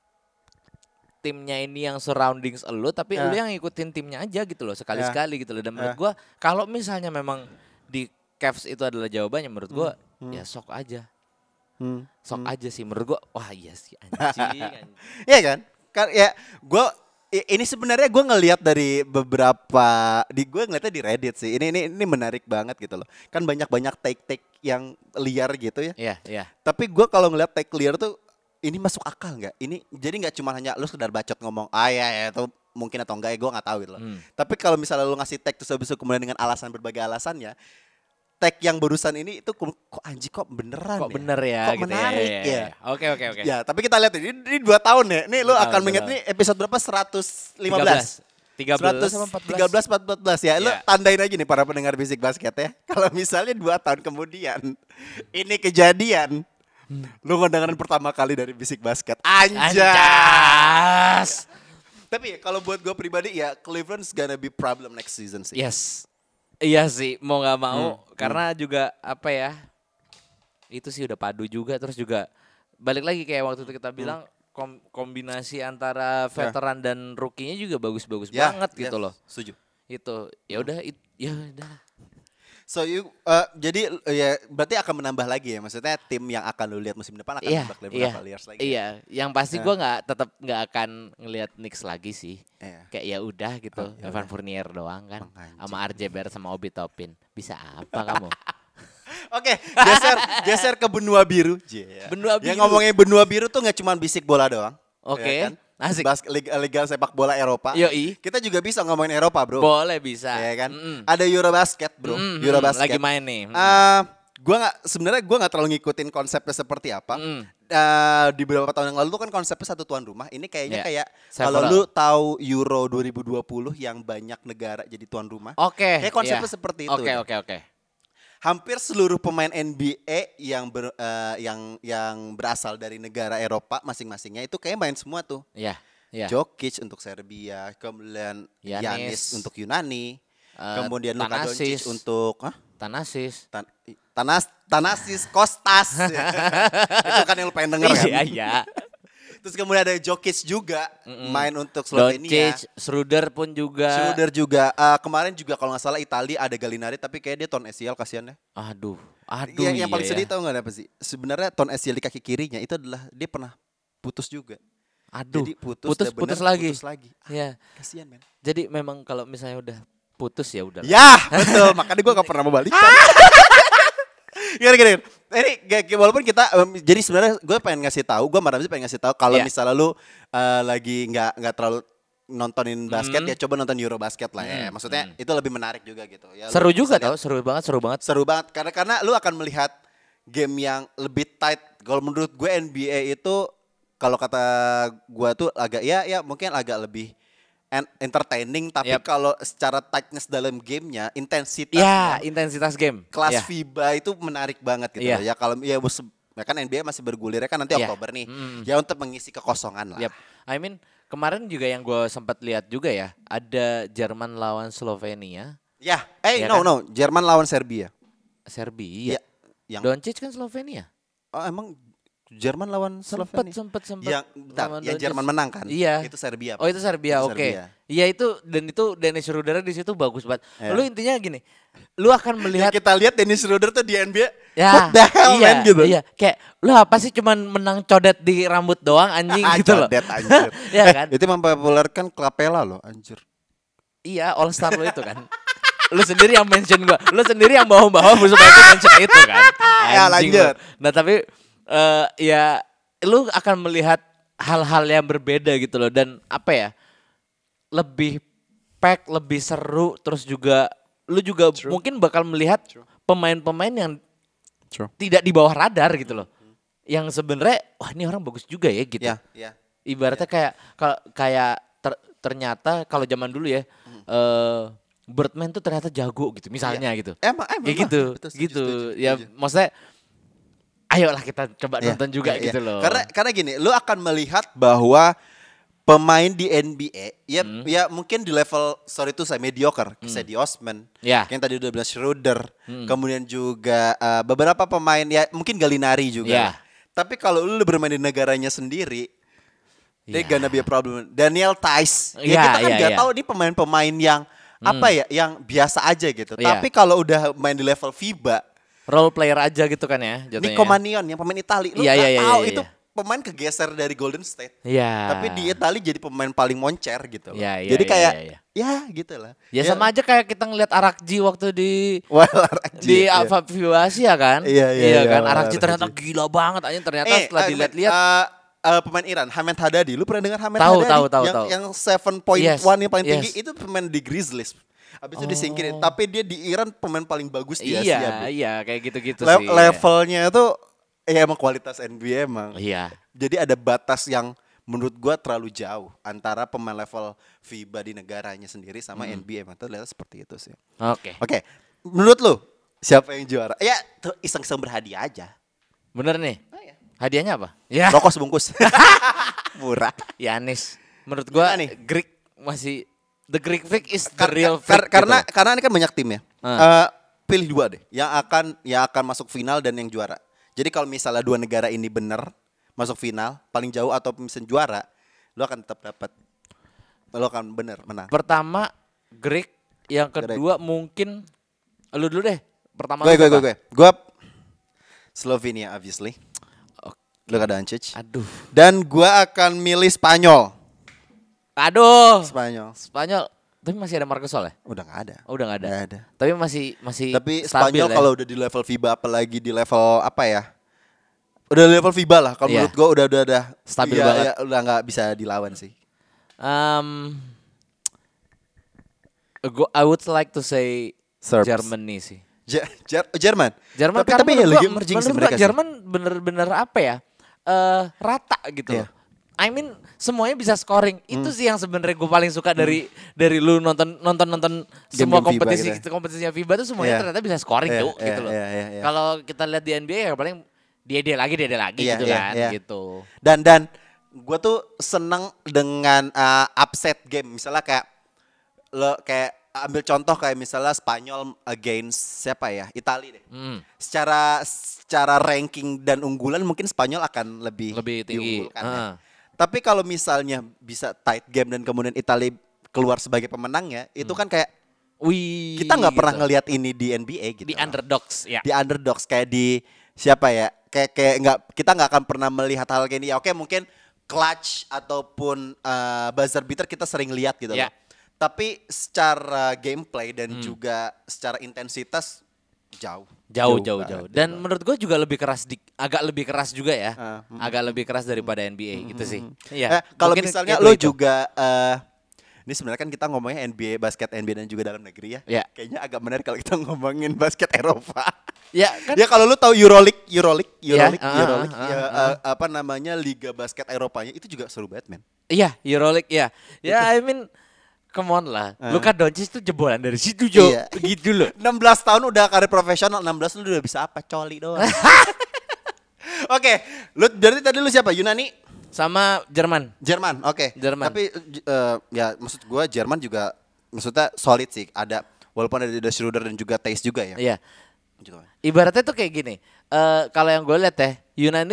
timnya ini yang surroundings lu, tapi Ya. lu yang ngikutin timnya aja gitu loh, sekali-sekali gitu loh. Dan menurut Ya. gua kalau misalnya memang di Cavs itu adalah jawabannya, menurut gua Hmm. ya sok aja. Hmm. Sok aja sih menurut gua. Wah iya sih anjing. anjing. Iya kan? Kan ya gue ini sebenarnya gue ngelihat dari beberapa di gue ngeliatnya di Reddit sih. Ini ini ini menarik banget gitu loh. Kan banyak-banyak take-take yang liar gitu ya. Iya, iya. Tapi gue kalau ngeliat take liar tuh ini masuk akal nggak? Ini jadi nggak cuma hanya lu sekedar bacot ngomong ah ya ya itu mungkin atau enggak ya gue nggak tahu gitu loh. Hmm. Tapi kalau misalnya lu ngasih tag terus habis itu kemudian dengan alasan berbagai alasannya, tag yang barusan ini itu kok kok anjing kok beneran Kok ya? bener ya Kok gitu menarik ya. ya? Oke, oke, oke. Ya, tapi kita lihat ini, ini dua tahun ya. Nih lu Dua akan tahun, mengingat dua nih episode berapa? seratus lima belas. tiga belas sama empat belas. tiga belas empat belas ya. Lu Iya. tandain aja nih para pendengar Basic Basket ya. Kalau misalnya dua tahun kemudian ini kejadian, lu ngedengerin pertama kali dari Basic Basket. Anjas. Anjas. Tapi ya, kalau buat gue pribadi ya Cleveland's gonna be problem next season sih. Yes. Iya sih, mau nggak mau Hmm, karena juga apa ya? Itu sih udah padu juga, terus juga balik lagi kayak waktu itu kita bilang kom- kombinasi antara veteran dan rookie-nya juga bagus-bagus Ya, banget ya, gitu loh. Setuju. Itu ya udah it- ya udah. So you uh, jadi uh, ya berarti akan menambah lagi ya. Maksudnya tim yang akan lu lihat musim depan akan Iya, nambah Cleveland iya, Cavaliers lagi. iya. Yang pasti Ya. gue nggak tetap nggak akan ngelihat Knicks lagi sih. Iya. Kayak ya udah gitu, Oh, ya Evan udah. Fournier doang kan, Anjing. sama R J Barrett sama Obi Toppin. Bisa apa kamu? Oke, geser geser ke benua biru. Yeah. Benua Yang biru. ngomongin benua biru tuh nggak cuma bisik bola doang. Oke, ya kan? asik. Bas- liga, liga sepak bola Eropa. Yoi. Kita juga bisa ngomongin Eropa, bro. Boleh bisa. Ya kan? Mm-mm. Ada Eurobasket, bro. Mm-mm, Eurobasket. lagi main nih. Mm. Eh, gua nggak sebenarnya gua nggak terlalu ngikutin konsepnya seperti apa. Mm. Eh, di beberapa tahun yang lalu tuh kan konsepnya satu tuan rumah. Ini kayaknya Ya. kayak kalau Several. lu tahu Euro dua ribu dua puluh yang banyak negara jadi tuan rumah. Oke. Kayak konsepnya iya. seperti itu. Oke, deh. oke, oke. Hampir seluruh pemain N B A yang ber, eh, yang yang berasal dari negara Eropa masing-masingnya itu kayak main semua tuh. Iya, iya. Jokic untuk Serbia, kemudian Giannis. Giannis untuk Yunani, Eh, kemudian Luka Doncic Thanasis. untuk hah? Thanasis. Tan Tanas Thanasis Kostas. Itu kan yang lu pengen denger kan? Iya, iya. Terus kemudian ada Jokic juga Mm-mm. main untuk Slovenia. Doncic, Schroeder pun juga. Schroeder juga. Eh, kemarin juga kalau nggak salah Italia ada Gallinari tapi kayak dia ton A C L kasihan ya. Aduh, aduh. Yang, yang paling iya sedih ya. tau gak apa sih? Sebenarnya ton A C L di kaki kirinya itu adalah dia pernah putus juga. Aduh. Jadi putus, putus, udah putus bener, lagi. Putus lagi. Ah, Iya. kasihan men. Jadi memang kalau misalnya udah putus ya udah. Ya betul. Makanya gue gak pernah mau balikan. Gini gini. Ini kayak- walaupun kita em, jadi sebenarnya gue pengen ngasih tahu, gue Maramzi pengen ngasih tahu kalau Iya. misalnya lu eh, lagi nggak nggak terlalu nontonin basket Hmm. ya coba nonton Eurobasket lah ya. Hmm, Maksudnya hmm. itu lebih menarik juga gitu. Ya, lu Seru bisa juga lihat. tau, seru banget, seru banget. Seru banget karena karena lu akan melihat game yang lebih tight. Kalau menurut gue N B A itu kalau kata gue tuh agak ya ya mungkin agak lebih en- entertaining tapi Yap. kalau secara tightness dalam gamenya intensitas Ya, intensitas game. kelas Ya. FIBA itu menarik banget gitu Iya. ya kalau ya, bus- ya kan N B A masih bergulirnya kan nanti Iya. Oktober nih Mm. ya untuk mengisi kekosongan lah. Yap. I mean kemarin juga yang gue sempat lihat juga ya, ada Jerman lawan Slovenia, Ya, eh Iya no kan? no Jerman lawan Serbia. Serbia. Ya, yang Doncic kan Slovenia. oh, emang Jerman lawan Sempet, Slovenia. sempet, sempet. Yang bentar, Lawan yang Donetsk. Jerman menang kan? Iya. Itu Serbia. Oh itu Serbia, Itu oke. Serbia. Iya itu dan itu Dennis Schroeder di situ bagus banget. Iya. Lu intinya gini, lu akan Yang melihat kita lihat Dennis Schroeder tuh di N B A. ya, What the hell iya, man gitu. Iya, kayak lu apa sih cuman menang codet di rambut doang anjing Ah, gitu loh. codet, anjir. Iya Eh, kan? Itu mempopulerkan Klapela loh anjir. Iya, All Star lu itu kan. Lu sendiri yang mention gua, lu sendiri yang bawa-bawa supaya gua mention itu kan. Ya, Anjing lanjut. lu. Nah, tapi eh, ya lu akan melihat hal-hal yang berbeda gitu loh dan apa ya? Lebih pack, lebih seru terus juga lu juga True. mungkin bakal melihat pemain-pemain yang True. tidak di bawah radar gitu loh. Yang sebenarnya wah ini orang bagus juga ya gitu. Ya, ya. Ibaratnya kayak kalau kayak ter- ternyata kalau zaman dulu ya eh Birdman tuh ternyata jago gitu misalnya gitu. Emang emang. Kayak gitu, Betul, setuju, gitu. setuju, Ya setuju. maksudnya ayolah kita coba Iya, nonton juga iya, iya. gitu loh. Karena karena gini, lu akan melihat bahwa pemain di N B A ya Hmm. ya mungkin di level sorry itu saya mediocre, Sadie Osman, Ya. yang tadi udah bilang Schroeder, Hmm. kemudian juga eh, beberapa pemain ya mungkin Gallinari juga. Ya. Tapi kalau lu bermain di negaranya sendiri, they Ya. gonna be a problem. Daniel Tice, ya Ya, kita kan ya, nggak ya. tahu nih pemain-pemain yang apa ya, yang biasa aja gitu. Ya. Tapi kalau udah main di level FIBA, Role player aja gitu kan ya jatuhnya. Nico Mannion yang pemain Itali, lu Iya, nggak iya, iya, tahu iya, itu iya. pemain kegeser dari Golden State. Iya. Tapi di Itali jadi pemain paling moncer gitu loh. Iya, iya, jadi iya, kayak iya, iya. ya gitu lah. Ya sama aja kayak kita ngeliat Arakji waktu di Wah, Arakji, di iya. Alfa Asia kan. Iya, iya, iya, kan. Arakji. Arakji ternyata gila banget aja ternyata Eh, setelah eh, dilihat-lihat eh, eh, pemain Iran, Hamed Haddadi. Lu pernah dengar Hamed Tahu, Haddadi? tahu, tahu, yang tahu. yang tujuh point Yes, satu yang paling tinggi yes. itu pemain di Grizzlies. Habis itu Oh. disingkirin. Tapi dia di Iran pemain paling bagus di Asia. iya, Bro. iya kayak gitu-gitu Le- sih. levelnya itu ya emang kualitas N B A emang. Iya. Jadi ada batas yang menurut gua terlalu jauh antara pemain level FIBA di negaranya sendiri sama Hmm. N B A. Emang terlihat seperti itu sih. Oke. Oke, menurut lu siapa yang juara? Ya tuh iseng-iseng berhadiah aja. Bener nih. Oh, iya. Hadiahnya apa? Ya. Rokok sebungkus. Murah. Yanis. Menurut gua Gimana nih? Greek masih the Greek freak is the Kar- real kar- freak. karena gitu. karena ini kan banyak tim ya. Ah. Eh, pilih dua deh yang akan yang akan masuk final dan yang juara. Jadi kalau misalnya dua negara ini benar masuk final paling jauh atau misalnya juara, lu akan tetap dapat. Lu akan bener menang. Pertama Greek, yang Greek. kedua mungkin lu dulu deh. Pertama Gue lu gue gue siapa? gue. Gue Slovenia obviously. Luka Doncic. Aduh. Dan gue akan milih Spanyol. Aduh. Spanyol. Spanyol. Tapi masih ada Marc Gasol ya? Udah gak ada. Oh, udah gak ada. Nggak ada. Tapi masih masih Tapi stabil Spanyol ya? kalau udah di level FIBA apalagi di level apa ya? Udah level FIBA lah. Kalau Iya. menurut gue udah udah udah Stabil iya, banget. iya, udah nggak bisa dilawan sih. Um, go, I would like to say Serbs. Germany sih. Jer- Jer- Jerman. Jerman Tapi karena tapi ya menurut lagi gua- emerging sih menurut mereka gua sih. Jerman bener-bener apa ya? Eh rata gitu Iya. loh. I mean semuanya bisa scoring. Itu Hmm. sih yang sebenarnya gue paling suka dari dari lu nonton nonton nonton semua Game-game FIBA kompetisi gitu kompetisinya FIBA tuh semuanya Iya. ternyata bisa scoring Iya, tuh iya, gitu loh. iya, iya, iya. Kalau kita lihat di N B A ya paling dia dia lagi dia dia lagi Iya, gitu iya, kan iya. gitu. Dan dan gue tuh seneng dengan uh, upset game. Misalnya kayak lo kayak ambil contoh kayak misalnya Spanyol against siapa ya? Itali deh. Hmm. Secara secara ranking dan unggulan mungkin Spanyol akan lebih Lebih tinggi. diunggulkan ya. Ah. Tapi kalau misalnya bisa tight game dan kemudian Italia keluar sebagai pemenangnya, itu kan kayak Wih. kita nggak pernah gitu. ngelihat ini di N B A gitu. Di loh. underdogs ya. Di underdogs kayak di siapa ya? Kayak kayak nggak kita nggak akan pernah melihat hal kayak ini. Ya oke mungkin clutch ataupun uh, buzzer beater kita sering lihat gitu Ya. loh. Tapi secara gameplay dan Hmm. juga secara intensitas jauh. Jauh jauh banget, jauh. Dan banget. menurut gue juga lebih keras di, agak lebih keras juga ya. Ah, mm, agak lebih keras daripada N B A gitu sih. Eh, Iya. kalau mungkin misalnya itu- lo itu. juga eh ini sebenarnya kan kita ngomongnya N B A, basket N B A dan juga dalam negeri ya. Ya. Kayaknya agak menarik kalau kita ngomongin basket Eropa. Ya kan. Ya kalau lu tahu Euroleague, Euroleague, Euroleague, ah, Euroleague, ah, ya, ah, eh, apa namanya liga basket Eropanya itu juga seru banget, men. Iya, Euroleague ya. Ya I mean come on lah. Ah. Luka Doncic tuh jebolan dari situ, Jo. Iya. Begitu loh. enam belas tahun udah karir profesional, enam belas lu udah bisa apa? Coli doang. Oke, lu berarti tadi lu siapa? Yunani? Sama Jerman. Jerman, oke. Jerman. Tapi eh, ya maksud gua Jerman juga maksudnya solid sih. Ada walaupun ada ada Schroeder dan juga Theis juga ya. Iya. Juga. Ibaratnya tuh kayak gini. Eh kalau yang gue lihat ya, Yunani tuh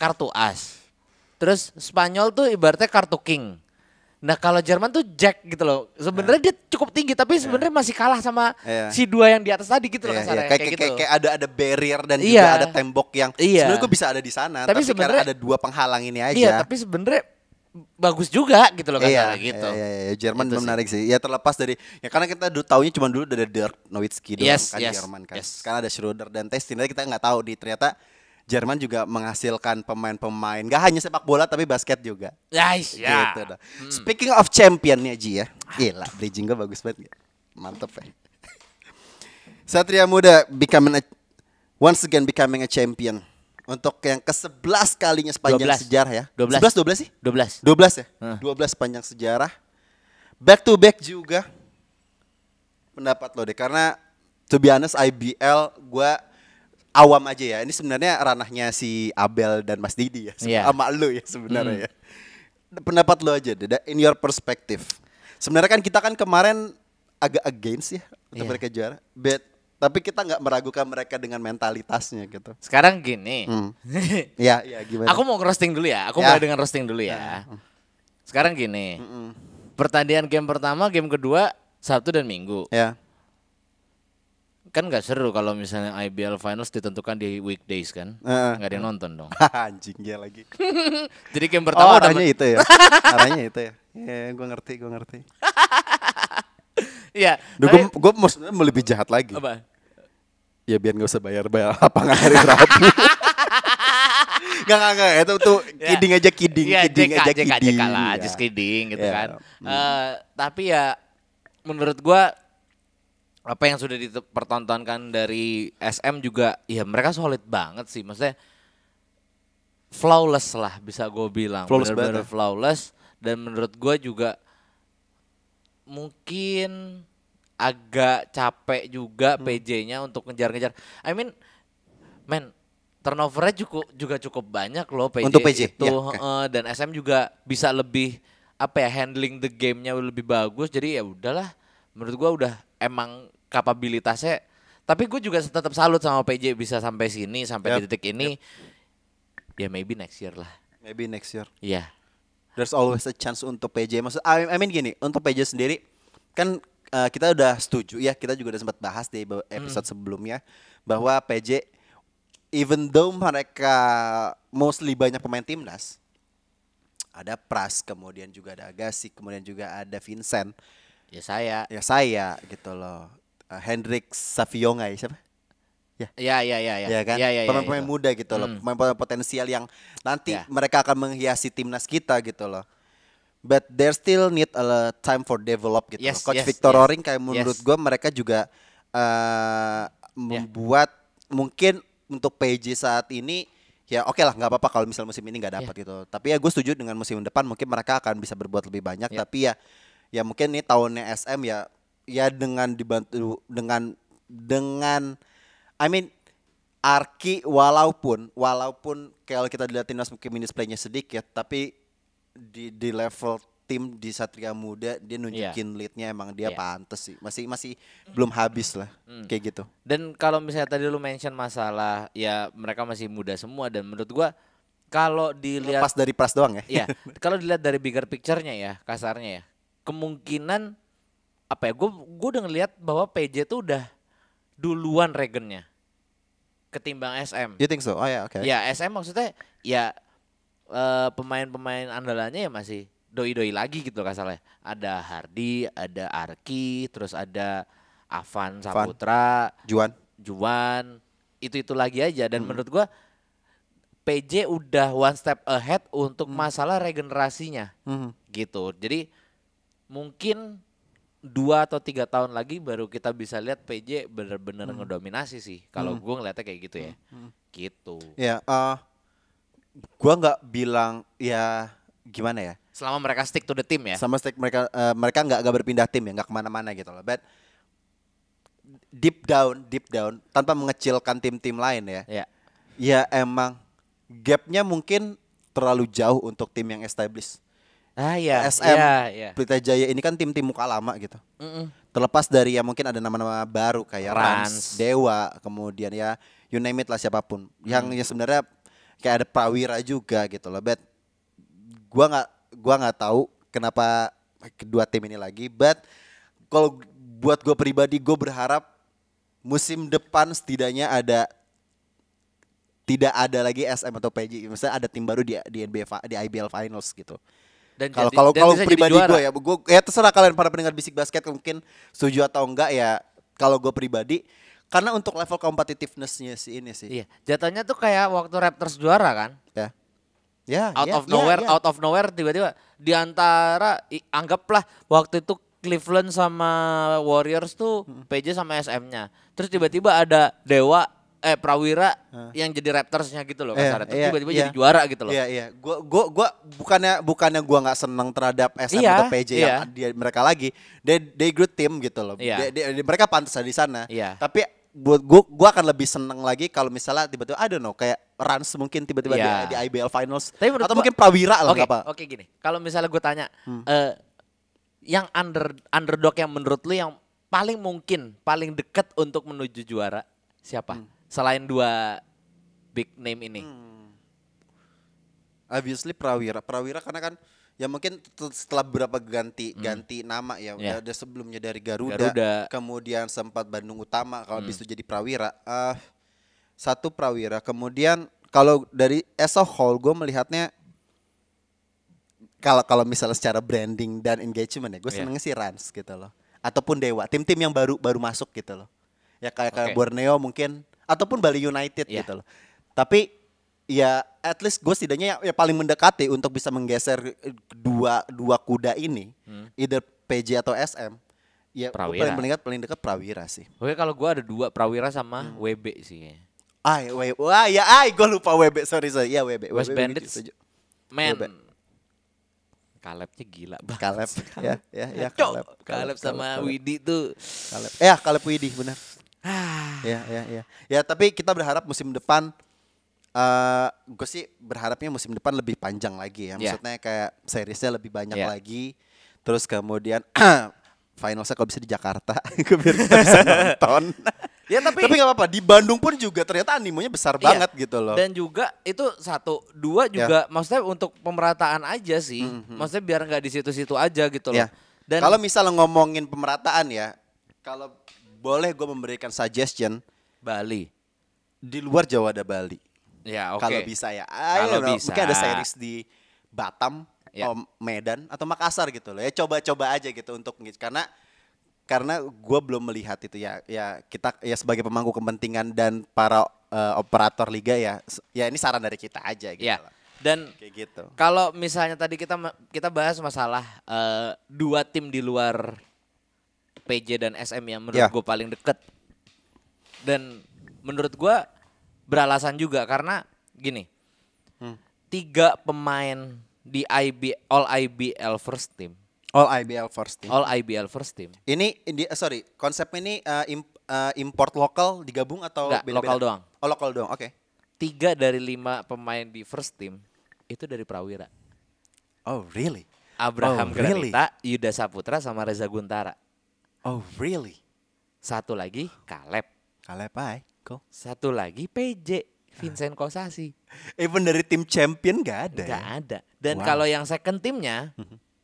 kartu as. Terus Spanyol tuh ibaratnya kartu king. Nah kalau Jerman tuh Jack gitu loh. Sebenarnya dia cukup tinggi tapi sebenarnya masih kalah sama Iya. si dua yang di atas tadi gitu loh Iya, kasarnya. iya. Kayak, Kayak kayak, gitu. kayak ada ada barrier dan Iya. juga ada tembok yang Iya. sebenarnya gue bisa ada di sana. Tapi Tapi, sebenarnya- karena ada dua penghalang ini aja. Iya tapi sebenarnya bagus juga gitu loh Iya, kasarnya gitu. iya, iya, iya. Jerman Itu sih. menarik sih. Ya terlepas dari ya karena kita dulu taunya cuma dulu dari Dirk Nowitzki doang Yes, kan yes, Jerman kan. yes. Sekarang ada Schroeder dan Testin. Kita nggak tahu di ternyata Jerman juga menghasilkan pemain-pemain gak hanya sepak bola tapi basket juga. Guys, ya. Gitu dah. Speaking of champion nih Ji ya. Gila, bridging gue bagus banget. Gak? Mantep ya. Satria Muda becoming a, once again becoming a champion. Untuk yang ke sebelas kalinya sepanjang dua belas. sejarah ya. dua belas. sebelas dua belas sih? dua belas. dua belas ya? Hah. dua belas sepanjang sejarah. Back to back juga. Pendapat lo deh. Karena to be honest I B L gue awam aja ya. Ini sebenarnya ranahnya si Abel dan Mas Didi ya. Iya. Sama lo ya sebenarnya ya. Pendapat lo aja deh. In your perspective. Sebenarnya kan kita kan kemarin agak against ya. Untuk Iya. mereka juara. But, tapi kita nggak meragukan mereka dengan mentalitasnya gitu. Sekarang gini. Hmm. Iya, iya gimana? Aku mau roasting dulu ya. Aku Ya. mulai dengan roasting dulu ya. Sekarang gini. Mm-mm. Pertandingan game pertama, game kedua Sabtu dan Minggu. Ya. Kan nggak seru kalau misalnya I B L Finals ditentukan di weekdays kan? Heeh. Nggak ada yang nonton dong. Anjing dia lagi. Jadi game Oh, pertama udah arahnya men- itu ya. Arahnya itu ya. Ya, gue ngerti, gue ngerti. Iya. Duh, tapi- gue gue mau sebenarnya mau lebih jahat lagi. apa? Ya biar gak usah bayar bayar lapangan hari Rabu. Gak gak gak itu tuh Ya. kidding aja kidding, Iya, kidding J K, aja J K, kidding. J K lah, Ya. just kidding gitu Ya. kan. Hmm. Eh, tapi ya menurut gua apa yang sudah dipertontonkan dari S M juga ya mereka solid banget sih. Maksudnya flawless lah bisa gue bilang. Flawless Bener-bener banget ya. flawless dan menurut gua juga mungkin agak capek juga Hmm. P J-nya untuk ngejar-ngejar. I mean, man, turnovernya cukup juga cukup banyak loh P J Untuk P J, itu, ya, oke. heeh, dan S M juga bisa lebih apa ya handling the game-nya lebih bagus. Jadi ya udahlah, menurut gua udah emang kapabilitasnya. Tapi gue juga tetap salut sama P J bisa sampai sini, sampai Yep, di titik ini. Ya maybe next year lah. Maybe next year. Iya. There's always a chance untuk P J. Maksud I, I mean gini, untuk P J sendiri kan uh, kita udah setuju ya, kita juga udah sempat bahas di be- episode sebelumnya bahwa P J even though mereka mostly banyak pemain timnas, ada Pras, kemudian juga ada Agassi, kemudian juga ada Vincent, Ya saya. ya saya gitu loh. Uh, Hendrik Saviongai siapa? Ya ya ya ya. Ya kan, Ya, ya, ya, pemain-pemain itu. muda gitu loh, Hmm. pemain-pemain potensial yang nanti Ya. mereka akan menghiasi timnas kita gitu loh. But there still need a time for develop gitu. Yes, loh. Coach yes, Victor yes. Roring kayak menurut Yes. gue mereka juga uh, membuat mungkin untuk P J saat ini ya oke lah nggak apa-apa kalau misal musim ini nggak dapat gitu. Tapi ya gue setuju dengan musim depan mungkin mereka akan bisa berbuat lebih banyak. Ya. Tapi ya ya mungkin ini tahunnya S M ya ya dengan dibantu dengan dengan I mean Arki walaupun walaupun kalau kita lihat timnas mungkin minus playnya sedikit tapi di di level tim di Satria Muda dia nunjukin leadnya emang dia Iya. pantes sih masih masih belum habis lah kayak gitu. Dan kalau misalnya tadi lu mention masalah ya mereka masih muda semua dan menurut gua kalau dilihat Pas dari Pras doang ya. Iya, kalau dilihat dari bigger picture-nya ya, kasarnya ya. Kemungkinan apa ya? Gue gue udah ngelihat bahwa P J tuh udah duluan regennya ketimbang S M. You think so? Oh ya oke. Ya S M maksudnya ya eh, pemain-pemain andalannya ya masih doi-doi lagi gitu kasarnya. Ada Hardy, ada Arki, terus ada Avan Saputra, Juan. Juan, itu-itu lagi aja dan Hmm. menurut gua P J udah one step ahead untuk Hmm. masalah regenerasinya Mhm. gitu. Jadi mungkin dua atau tiga tahun lagi baru kita bisa lihat P J bener-bener ngedominasi sih. Kalau Hmm. gua ngeliatnya kayak gitu ya. Gitu. Ya, eh gua nggak bilang ya gimana ya. Selama mereka stick to the team ya. Sama stick mereka eh, mereka nggak nggak berpindah tim ya nggak kemana-mana gitu loh. But deep down, deep down tanpa mengecilkan tim-tim lain ya. Ya. Ya emang gapnya mungkin terlalu jauh untuk tim yang established. Ah ya. S M, Ya, ya. Pelita Jaya ini kan tim-tim muka lama gitu. Mm-mm. Terlepas dari ya mungkin ada nama-nama baru kayak Rans, Rans. Dewa, kemudian ya you name it lah siapapun. Yang Hmm. ya sebenarnya kayak ada Prawira juga gitu loh. But gua nggak gua nggak tahu kenapa kedua tim ini lagi. But kalau buat gue pribadi, gue berharap musim depan setidaknya ada tidak ada lagi S M atau P J. Misalnya ada tim baru di di N B A fi- di I B L Finals gitu. Dan Kalau jadi- kalau dan kalau bisa jadi pribadi juara. gue ya, gue ya terserah kalian para pendengar Bisik Basket mungkin setuju atau enggak ya. Kalau gue pribadi, karena untuk level competitiveness-nya sih ini sih. Iya, jatuhnya tuh kayak waktu Raptors juara kan. Ya. Ya, Out ya, of ya, nowhere, ya. out of nowhere tiba-tiba di antara i- anggaplah waktu itu Cleveland sama Warriors tuh P J sama S M-nya. Terus tiba-tiba ada Dewa eh Prawira yang jadi Raptors-nya gitu loh Iya, kasarnya. Terus iya, tiba-tiba iya. jadi juara gitu loh. Iya, iya. Gua gua gua bukannya bukannya gua nggak seneng terhadap S M Iya, atau P J yang iya. dia mereka lagi. They they good team gitu loh. Iya. They- they- mereka pantas ada di sana. Iya. Tapi buat gua gua akan lebih seneng lagi kalau misalnya tiba-tiba I don't know kayak Rans mungkin tiba-tiba Iya. di, di I B L Finals Tapi menurut atau gua- mungkin Prawira lah Oke, nggak apa. oke gini. Kalau misalnya gue tanya, eh, yang under underdog yang menurut lu yang paling mungkin, paling dekat untuk menuju juara siapa? Selain dua big name ini. Obviously Prawira. Prawira karena kan ya mungkin t- setelah beberapa ganti ganti nama ya. Iya. Udah sebelumnya dari Garuda, Garuda. kemudian sempat Bandung Utama kalau habis itu jadi Prawira. Eh satu Prawira. Kemudian kalau dari as a whole gue melihatnya kalau kalau misalnya secara branding dan engagement ya, gue Iya. senengnya sih Rans gitu loh. Ataupun Dewa, tim-tim yang baru baru masuk gitu loh. Ya kayak kayak Oke. Borneo mungkin ataupun Bali United Iya. gitu loh. Tapi ya at least gue setidaknya ya, ya paling mendekati untuk bisa menggeser eh, dua dua kuda ini, either P J atau S M. Ya gua Prawira. paling mendekat paling dekat Prawira sih. Oke, kalau gue ada dua, Prawira sama W B sih. kayaknya. Ay, we, wah ya ay gue lupa W B, sorry sorry. Ya W B. West W B Bandits. setuju. Men, W B. Kalebnya gila banget. Kaleb ya ya ya Cok, Kaleb. Kaleb sama Kaleb. Widi tuh. Kaleb. Ya Kaleb Widi benar. Ah, Ya ya ya. Ya tapi kita berharap musim depan eh gue sih berharapnya musim depan lebih panjang lagi ya. Ya. Maksudnya kayak seriesnya lebih banyak Ya. lagi. Terus kemudian finalnya kalau bisa di Jakarta, biar kita bisa nonton. Ya tapi, Tapi nggak apa-apa, di Bandung pun juga ternyata animonya besar iya. banget gitu loh. Dan juga itu satu, dua juga maksudnya untuk pemerataan aja sih. Maksudnya biar nggak di situ-situ aja gitu loh. Ya. Dan Kalau misalnya ngomongin pemerataan ya, kalau boleh gue memberikan suggestion Bali. di luar Jawa ada Bali. Ya, oke. Kalau bisa ya, Kalau Kalau bisa. mungkin ada series di Batam, Ya. Om Medan atau Makassar gitu loh. Ya coba-coba aja gitu untuk karena karena gue belum melihat itu ya. Ya kita ya sebagai pemangku kepentingan dan para eh, operator liga ya, s- ya ini saran dari kita aja gitu. Ya. loh. Dan Kayak gitu. kalau misalnya tadi kita ma- kita bahas masalah eh, dua tim di luar P J dan S M yang menurut Ya. gue paling deket. Dan menurut gue beralasan juga karena gini. Hmm. Tiga pemain di I B All I B L First Team. All I B L first team. All I B L First Team. Ini ini eh, sorry, konsep ini eh, im- eh, import lokal digabung atau Enggak, beda-beda? lokal doang. Oh, lokal doang. Oke. Tiga dari lima pemain di First Team itu dari Prawira. Oh, really? Abraham Oh, really? Granita, Yuda Saputra sama Reza Guntara. Oh, really? Satu lagi Kaleb. Kaleb, bye. Cool. Satu lagi P J, Vincent Kosasi. Even dari tim champion gak ada. Nggak ya? ada. Dan Wow. kalau yang second timnya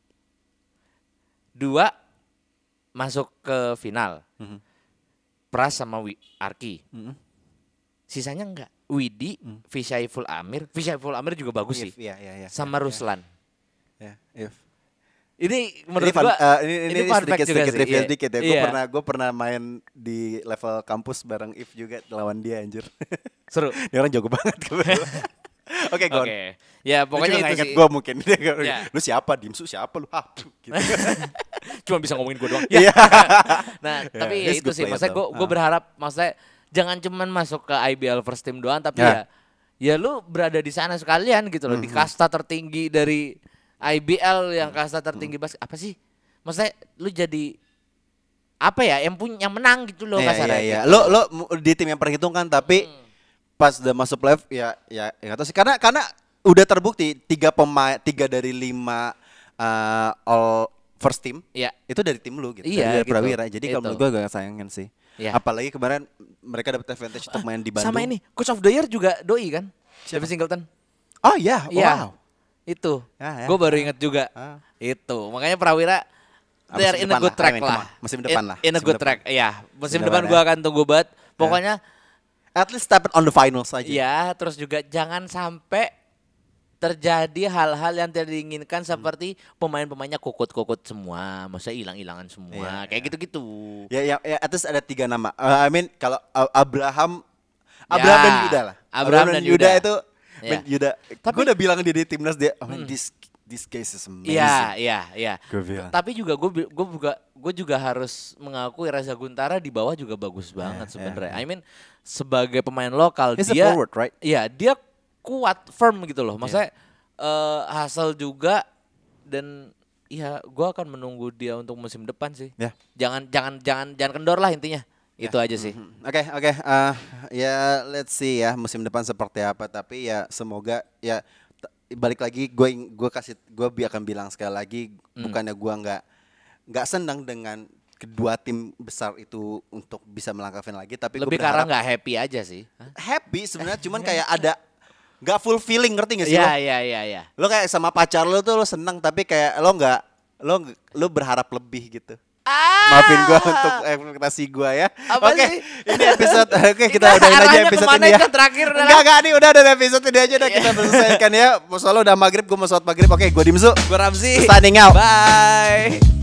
dua masuk ke final. Mhm. Pras sama Wi- Arki. Mhm. Sisanya enggak. Widi, Vishaiful Amir. Vishaiful Amir juga bagus sih. If, iya, iya, iya. Sama Iya, Ruslan. iya, if. Ini menurut Ini, fun, gua eh, ini, ini, ini fun sedikit, fact juga sedikit sih, trivia iya. sedikit ya. Gue Iya. pernah gue pernah main di level kampus bareng If juga lawan dia anjir. seru. Dia orang jago banget kebetulan. Oke, Oke. Gon. Ya Lu pokoknya juga nggak itu ingat sih. gue mungkin. Dia kayak, Ya. Lu siapa? Dimsu siapa lu? Ah, tuh, gitu. Cuma bisa ngomongin gue doang. Iya. Nah, Ya, tapi ya he's itu good sih. player Maksudnya gue though. gue Ah. berharap maksudnya jangan cuman masuk ke I B L First Team doang tapi Ya. ya ya lu berada di sana sekalian gitu loh, di kasta tertinggi dari I B L yang kasta tertinggi basket. Apa sih? Maksudnya lu jadi apa ya yang punya yang menang gitu loh Iya, kasarnya. iya, iya. gitu. Lo lo mu- di tim yang perhitungkan tapi pas udah masuk playoff ya ya ya nggak tahu sih karena karena udah terbukti tiga pemain tiga dari lima uh, all first team Iya. itu dari tim lu gitu. Iya, dari gitu. Prawira. Jadi kalau Itu. menurut gue gak sayangin sih. Iya. Apalagi kemarin mereka dapat advantage untuk main di Bandung. Sama ini Coach of the Year juga doi kan? David Singleton. Oh iya, Iya. wow. Itu. Ya, ya. Gue baru inget juga. Ah. Itu. Makanya Prawira Ah, they are musim in a depan good lah. track I mean, come lah. on. Musim depan in, lah. In a Musim good depan. track. Iya, musim Musim depan depan gue ya. akan tunggu banget. Pokoknya At least step it on the finals aja. ya, terus juga jangan sampai terjadi hal-hal yang tidak diinginkan Hmm. seperti pemain-pemainnya kukut-kukut semua, maksudnya hilang-hilangan semua, Iya, kayak iya. gitu-gitu. Ya, ya, ya, at least ada tiga nama. Uh, I mean kalau uh, Abraham, Abraham Ya, dan Yuda lah. Abraham dan Yuda. itu, Ya. man, Yuda. Tapi- Gue udah bilang dia di timnas dia, oh, man, Hmm. this this case is amazing. Iya, iya, iya. Gue bilang. Tapi juga gue gue juga gue juga harus mengakui Reza Guntara di bawah juga bagus banget Yeah, sebenarnya. yeah, I mean sebagai pemain lokal He's a dia forward, right? Iya, dia kuat, firm gitu loh. Maksudnya eh, hasil juga dan ya gue akan menunggu dia untuk musim depan sih. Ya. Jangan jangan jangan jangan kendor lah intinya. Ya. Itu aja sih. Mhm. Oke, oke. eh, ya let's see ya musim depan seperti apa. Tapi ya semoga ya t- balik lagi gue gue kasih gue bi akan bilang sekali lagi Hmm. bukannya gue nggak nggak senang dengan kedua tim besar itu untuk bisa melangkah final lagi. Tapi gue Lebih karena berharap nggak happy aja sih. Hah? happy sebenarnya. Cuman kayak ada nggak full feeling, ngerti gak sih Iya, lo? iya, iya, iya. Lo kayak sama pacar lo tuh lo seneng tapi kayak lo nggak lo lo berharap lebih gitu. Ah! Maafin gua untuk ekspektasi gua ya. Apa Oke, sih? ini episode. Oke, kita Kita udahin aja arahnya episode kemana ini ya. itu terakhir adalah- Enggak, enggak, ini udah ada episode ini aja udah Iya. kita selesaikan ya. Soalnya udah maghrib, gua mau sholat maghrib. Oke, gua Dimsu. Gue Ramzi. Signing out. Bye.